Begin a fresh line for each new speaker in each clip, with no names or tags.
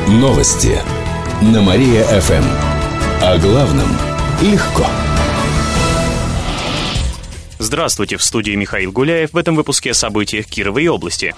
Новости на Мария-ФМ. О главном легко.
Здравствуйте, в студии Михаил Гуляев. В этом выпуске о событиях Кировой области.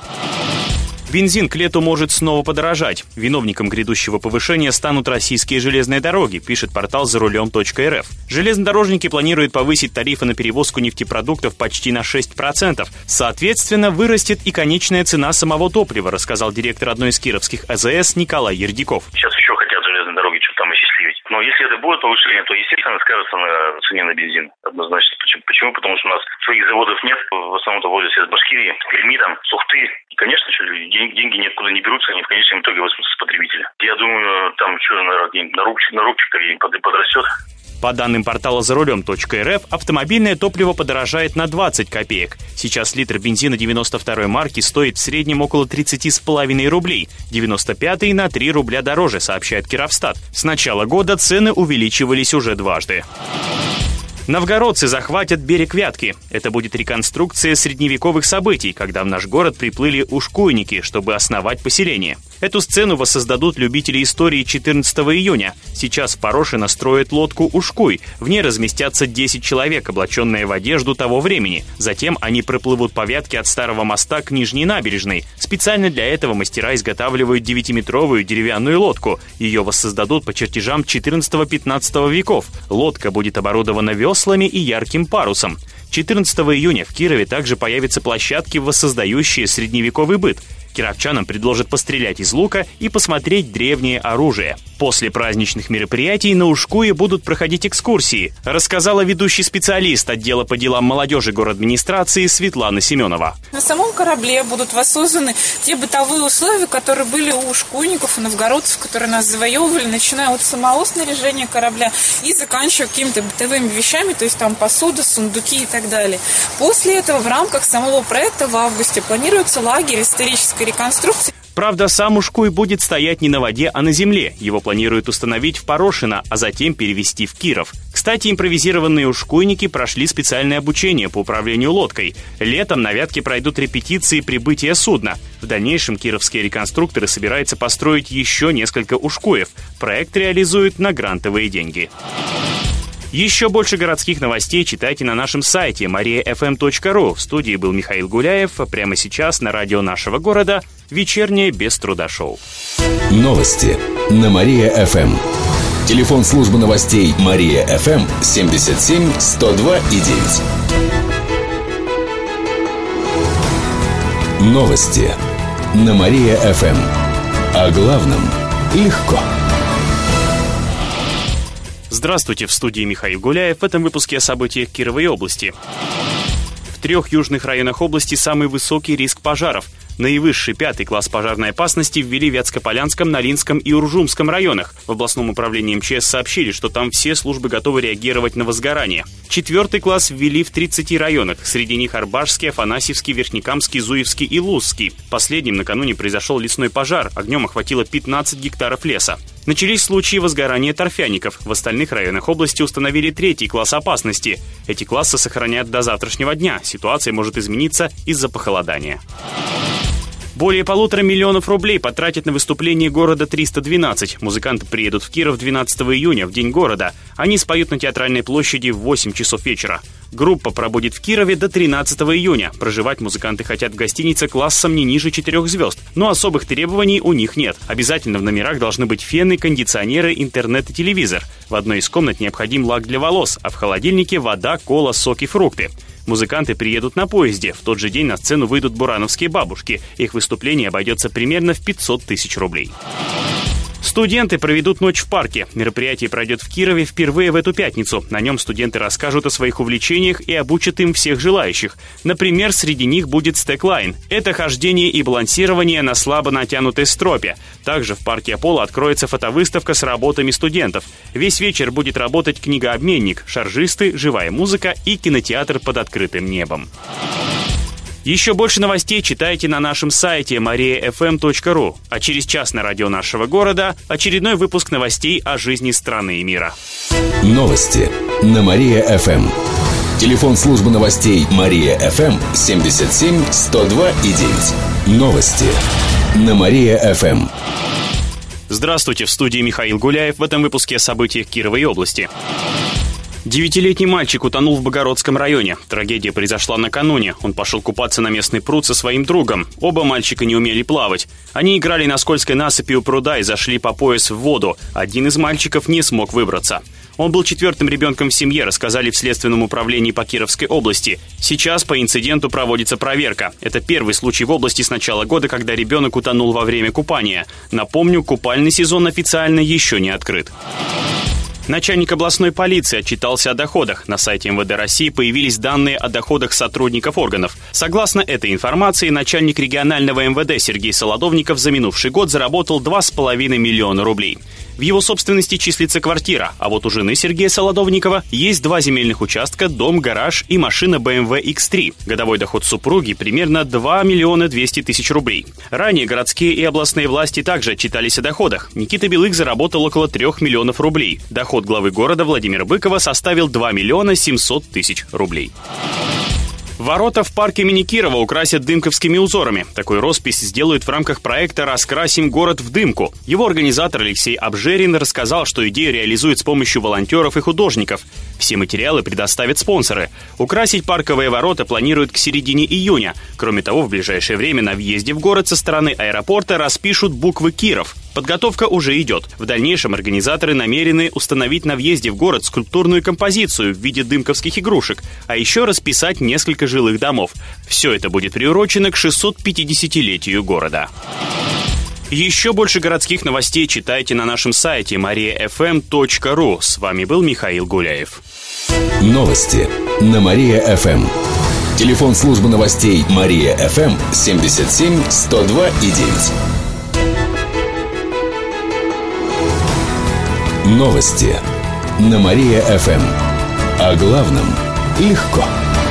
Бензин к лету может снова подорожать. Виновником грядущего повышения станут российские железные дороги, пишет портал зарулем.рф. Железнодорожники планируют повысить тарифы на перевозку нефтепродуктов почти на 6%. Соответственно, вырастет и конечная цена самого топлива, рассказал директор одной из кировских АЗС Николай Ердиков.
Сейчас еще хотят железные дороги что-то там осчастливить. Но если это будет повышение, то, естественно, скажется на цене на бензин. Однозначно. Почему? Потому что у нас своих заводов нет. В основном-то возят из Башкирии, Перми, Сухты. И, конечно, деньги ниоткуда не берутся, они в конечном итоге возьмутся с потребителя. Я думаю, там на рубчик-то подрастет.
По данным портала зарулем.рф, автомобильное топливо подорожает на 20 копеек. Сейчас литр бензина 92-й марки стоит в среднем около 30,5 рублей. 95-й на 3 рубля дороже, сообщает Кировстат. С начала года цены увеличивались уже дважды. Новгородцы захватят берег Вятки. Это будет реконструкция средневековых событий, когда в наш город приплыли ушкуйники, чтобы основать поселение. Эту сцену воссоздадут любители истории 14 июня. Сейчас в Порошино строят лодку «Ушкуй». В ней разместятся 10 человек, облаченные в одежду того времени. Затем они проплывут по Вятке от Старого моста к Нижней набережной. Специально для этого мастера изготавливают 9-метровую деревянную лодку. Ее воссоздадут по чертежам 14-15 веков. Лодка будет оборудована веслами и ярким парусом. 14 июня в Кирове также появятся площадки, воссоздающие средневековый быт. Кировчанам предложат пострелять из лука и посмотреть древнее оружие. После праздничных мероприятий на Ушкуе будут проходить экскурсии, рассказала ведущий специалист отдела по делам молодежи городадминистрации Светлана Семенова.
На самом корабле будут воссозданы те бытовые условия, которые были у ушкуйников и новгородцев, которые нас завоевывали, начиная от самого снаряжения корабля и заканчивая какими-то бытовыми вещами, то есть там посуда, сундуки и так далее. После этого в рамках самого проекта в августе планируется лагерь исторической реконструкции.
Правда, сам Ушкуй будет стоять не на воде, а на земле. Его планируют установить в Порошино, а затем перевезти в Киров. Кстати, импровизированные ушкуйники прошли специальное обучение по управлению лодкой. Летом на Вятке пройдут репетиции прибытия судна. В дальнейшем кировские реконструкторы собираются построить еще несколько ушкуев. Проект реализуют на грантовые деньги. Еще больше городских новостей читайте на нашем сайте mariafm.ru. В студии был Михаил Гуляев. Прямо сейчас на радио нашего города вечернее без труда шоу.
Новости на Мария-ФМ. Телефон службы новостей Мария-ФМ 77 102 и 9. Новости на Мария-ФМ. О главном легко.
Здравствуйте, в студии Михаил Гуляев. В этом выпуске о событиях Кировой области. В 3 южных районах области самый высокий риск пожаров. Наивысший 5-й класс пожарной опасности ввели в Вятскополянском, Нолинском и Уржумском районах. В областном управлении МЧС сообщили, что там все службы готовы реагировать на возгорание. 4-й класс ввели в 30 районах. Среди них Арбажский, Афанасьевский, Верхнекамский, Зуевский и Лузский. Последним накануне произошел лесной пожар. Огнем охватило 15 гектаров леса. Начались случаи возгорания торфяников. В остальных районах области установили 3-й класс опасности. Эти классы сохранят до завтрашнего дня. Ситуация может измениться из-за похолодания. Более 1,5 миллиона рублей потратят на выступление города 312. Музыканты приедут в Киров 12 июня, в День города. Они споют на Театральной площади в 8 часов вечера. Группа пробудет в Кирове до 13 июня. Проживать музыканты хотят в гостинице классом не ниже 4 звезд. Но особых требований у них нет. Обязательно в номерах должны быть фены, кондиционеры, интернет и телевизор. В одной из комнат необходим лак для волос, а в холодильнике вода, кола, сок и фрукты. Музыканты приедут на поезде. В тот же день на сцену выйдут бурановские бабушки. Их выступление обойдется примерно в 500 тысяч рублей. Студенты проведут ночь в парке. Мероприятие пройдет в Кирове впервые в эту пятницу. На нем студенты расскажут о своих увлечениях и обучат им всех желающих. Например, среди них будет стеклайн. Это хождение и балансирование на слабо натянутой стропе. Также в парке Аполло откроется фотовыставка с работами студентов. Весь вечер будет работать книгообменник, шаржисты, живая музыка и кинотеатр под открытым небом. Еще больше новостей читайте на нашем сайте mariafm.ru. А через час на радио нашего города очередной выпуск новостей о жизни страны и мира.
Новости на Мария-ФМ. Телефон службы новостей Мария-ФМ 77 102 и 9. Новости на Мария-ФМ.
Здравствуйте, в студии Михаил Гуляев. В этом выпуске о событиях Кировой области. 9-летний мальчик утонул в Богородском районе. Трагедия произошла накануне. Он пошел купаться на местный пруд со своим другом. Оба мальчика не умели плавать. Они играли на скользкой насыпи у пруда и зашли по пояс в воду. Один из мальчиков не смог выбраться. Он был 4-м ребенком в семье, рассказали в Следственном управлении по Кировской области. Сейчас по инциденту проводится проверка. Это первый случай в области с начала года, когда ребенок утонул во время купания. Напомню, купальный сезон официально еще не открыт. Начальник областной полиции отчитался о доходах. На сайте МВД России появились данные о доходах сотрудников органов. Согласно этой информации, начальник регионального МВД Сергей Солодовников за минувший год заработал 2,5 миллиона рублей. В его собственности числится квартира, а вот у жены Сергея Солодовникова есть 2 земельных участка, дом, гараж и машина BMW X3. Годовой доход супруги примерно 2 миллиона 200 тысяч рублей. Ранее городские и областные власти также отчитались о доходах. Никита Белых заработал около 3 миллионов рублей. Доход главы города Владимира Быкова составил 2 миллиона 700 тысяч рублей. Ворота в парке имени Кирова украсят дымковскими узорами. Такую роспись сделают в рамках проекта «Раскрасим город в дымку». Его организатор Алексей Обжерин рассказал, что идею реализует с помощью волонтеров и художников. Все материалы предоставят спонсоры. Украсить парковые ворота планируют к середине июня. Кроме того, в ближайшее время на въезде в город со стороны аэропорта распишут буквы «Киров». Подготовка уже идет. В дальнейшем организаторы намерены установить на въезде в город скульптурную композицию в виде дымковских игрушек, а еще расписать несколько жилых домов. Все это будет приурочено к 650-летию города. Еще больше городских новостей читайте на нашем сайте mariafm.ru. С вами был Михаил Гуляев.
Новости на Мария-ФМ. Телефон службы новостей Мария-ФМ 77 102 и 9. Новости на Мария-ФМ. О главном легко.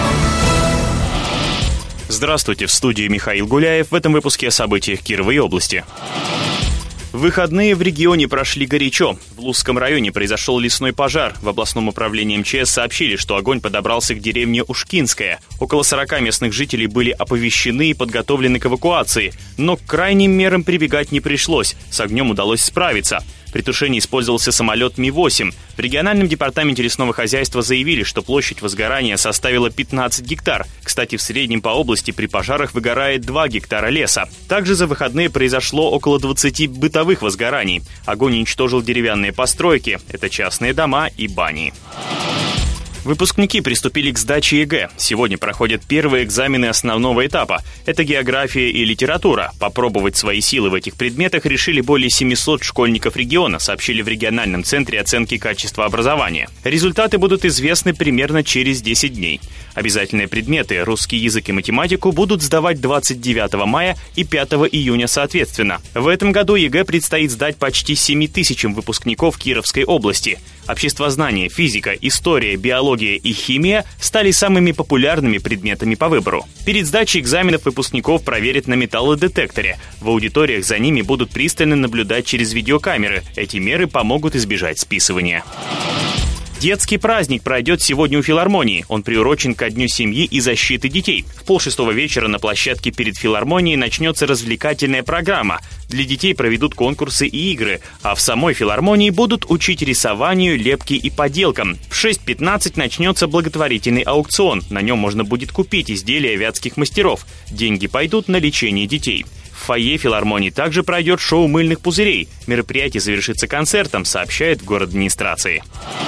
Здравствуйте, в студии Михаил Гуляев. В этом выпуске о событиях Кировой области. Выходные в регионе прошли горячо. В Лузском районе произошел лесной пожар. В областном управлении МЧС сообщили, что огонь подобрался к деревне Ушкинская. Около 40 местных жителей были оповещены и подготовлены к эвакуации. Но к крайним мерам прибегать не пришлось. С огнем удалось справиться. При тушении использовался самолет Ми-8. В региональном департаменте лесного хозяйства заявили, что площадь возгорания составила 15 гектар. Кстати, в среднем по области при пожарах выгорает 2 гектара леса. Также за выходные произошло около 20 бытовых возгораний. Огонь уничтожил деревянные постройки. Это частные дома и бани. Выпускники приступили к сдаче ЕГЭ. Сегодня проходят первые экзамены основного этапа. Это география и литература. Попробовать свои силы в этих предметах решили более 700 школьников региона, сообщили в региональном центре оценки качества образования. Результаты будут известны примерно через 10 дней. Обязательные предметы русский язык и математику будут сдавать 29 мая и 5 июня соответственно. В этом году ЕГЭ предстоит сдать почти 7 тысячам выпускников Кировской области. Обществознание, физика, история, биология и химия стали самыми популярными предметами по выбору. Перед сдачей экзаменов выпускников проверят на металлодетекторе. В аудиториях за ними будут пристально наблюдать через видеокамеры. Эти меры помогут избежать списывания. Детский праздник пройдет сегодня у филармонии. Он приурочен ко Дню семьи и защиты детей. В 5:30 вечера на площадке перед филармонией начнется развлекательная программа. Для детей проведут конкурсы и игры, а в самой филармонии будут учить рисованию, лепке и поделкам. В 6:15 начнется благотворительный аукцион. На нем можно будет купить изделия вятских мастеров. Деньги пойдут на лечение детей. В фойе филармонии также пройдет шоу мыльных пузырей. Мероприятие завершится концертом, сообщает в городадминистрации.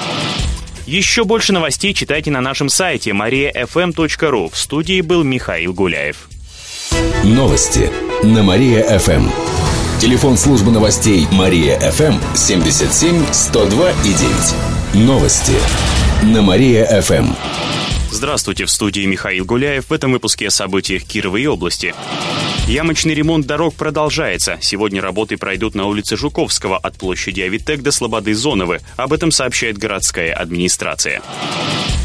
Еще больше новостей читайте на нашем сайте mariafm.ru. В студии был Михаил Гуляев.
Новости на Мария-ФМ. Телефон службы новостей Мария-ФМ 77 102 и 9. Новости на Мария-ФМ.
Здравствуйте, в студии Михаил Гуляев. В этом выпуске о событиях Кировой области. Ямочный ремонт дорог продолжается. Сегодня работы пройдут на улице Жуковского от площади Авитек до Слободы Зоновы. Об этом сообщает городская администрация.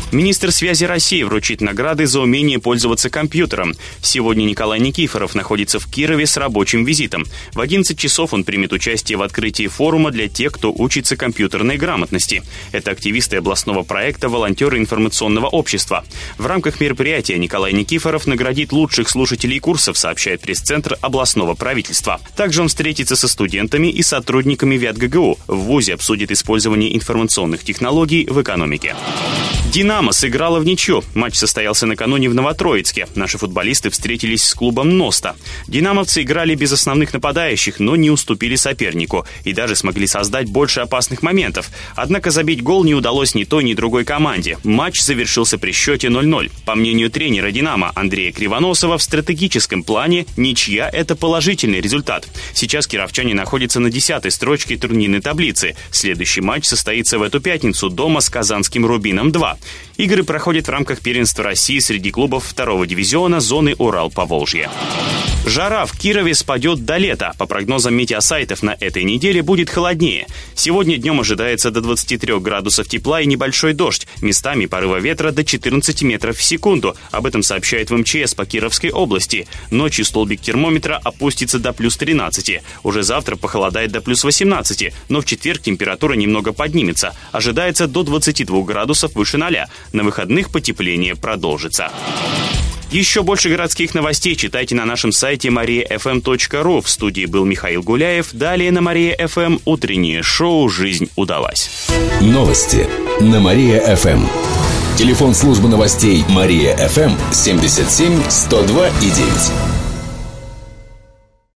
Министр связи России вручит награды за умение пользоваться компьютером. Сегодня Николай Никифоров находится в Кирове с рабочим визитом. В 11 часов он примет участие в открытии форума для тех, кто учится компьютерной грамотности. Это активисты областного проекта «Волонтеры информационного общества». В рамках мероприятия Николай Никифоров наградит лучших слушателей курсов, сообщает пресс-центр областного правительства. Также он встретится со студентами и сотрудниками ВятГГУ. В ВУЗе обсудит использование информационных технологий в экономике. «Динамо» сыграла в ничью. Матч состоялся накануне в Новотроицке. Наши футболисты встретились с клубом «Носта». «Динамовцы» играли без основных нападающих, но не уступили сопернику и даже смогли создать больше опасных моментов. Однако забить гол не удалось ни той, ни другой команде. Матч завершился при счете 0-0. По мнению тренера «Динамо» Андрея Кривоносова, в стратегическом плане ничья – это положительный результат. Сейчас кировчане находятся на 10-й строчке турнирной таблицы. Следующий матч состоится в эту пятницу дома с казанским «Рубином-2». Игры проходят в рамках первенства России среди клубов второго дивизиона зоны Урал-Поволжье. Жара в Кирове спадет до лета. По прогнозам метеосайтов, на этой неделе будет холоднее. Сегодня днем ожидается до 23 градусов тепла и небольшой дождь. Местами порыва ветра до 14 метров в секунду. Об этом сообщает в МЧС по Кировской области. Ночью столбик термометра опустится до плюс 13. Уже завтра похолодает до плюс 18. Но в четверг температура немного поднимется. Ожидается до 22 градусов выше 0. На выходных потепление продолжится. Еще больше городских новостей читайте на нашем сайте mariafm.ru. В студии был Михаил Гуляев. Далее на Мария ФМ утреннее шоу «Жизнь удалась».
Новости на Мария ФМ. Телефон службы новостей Мария ФМ 77 102 и 9.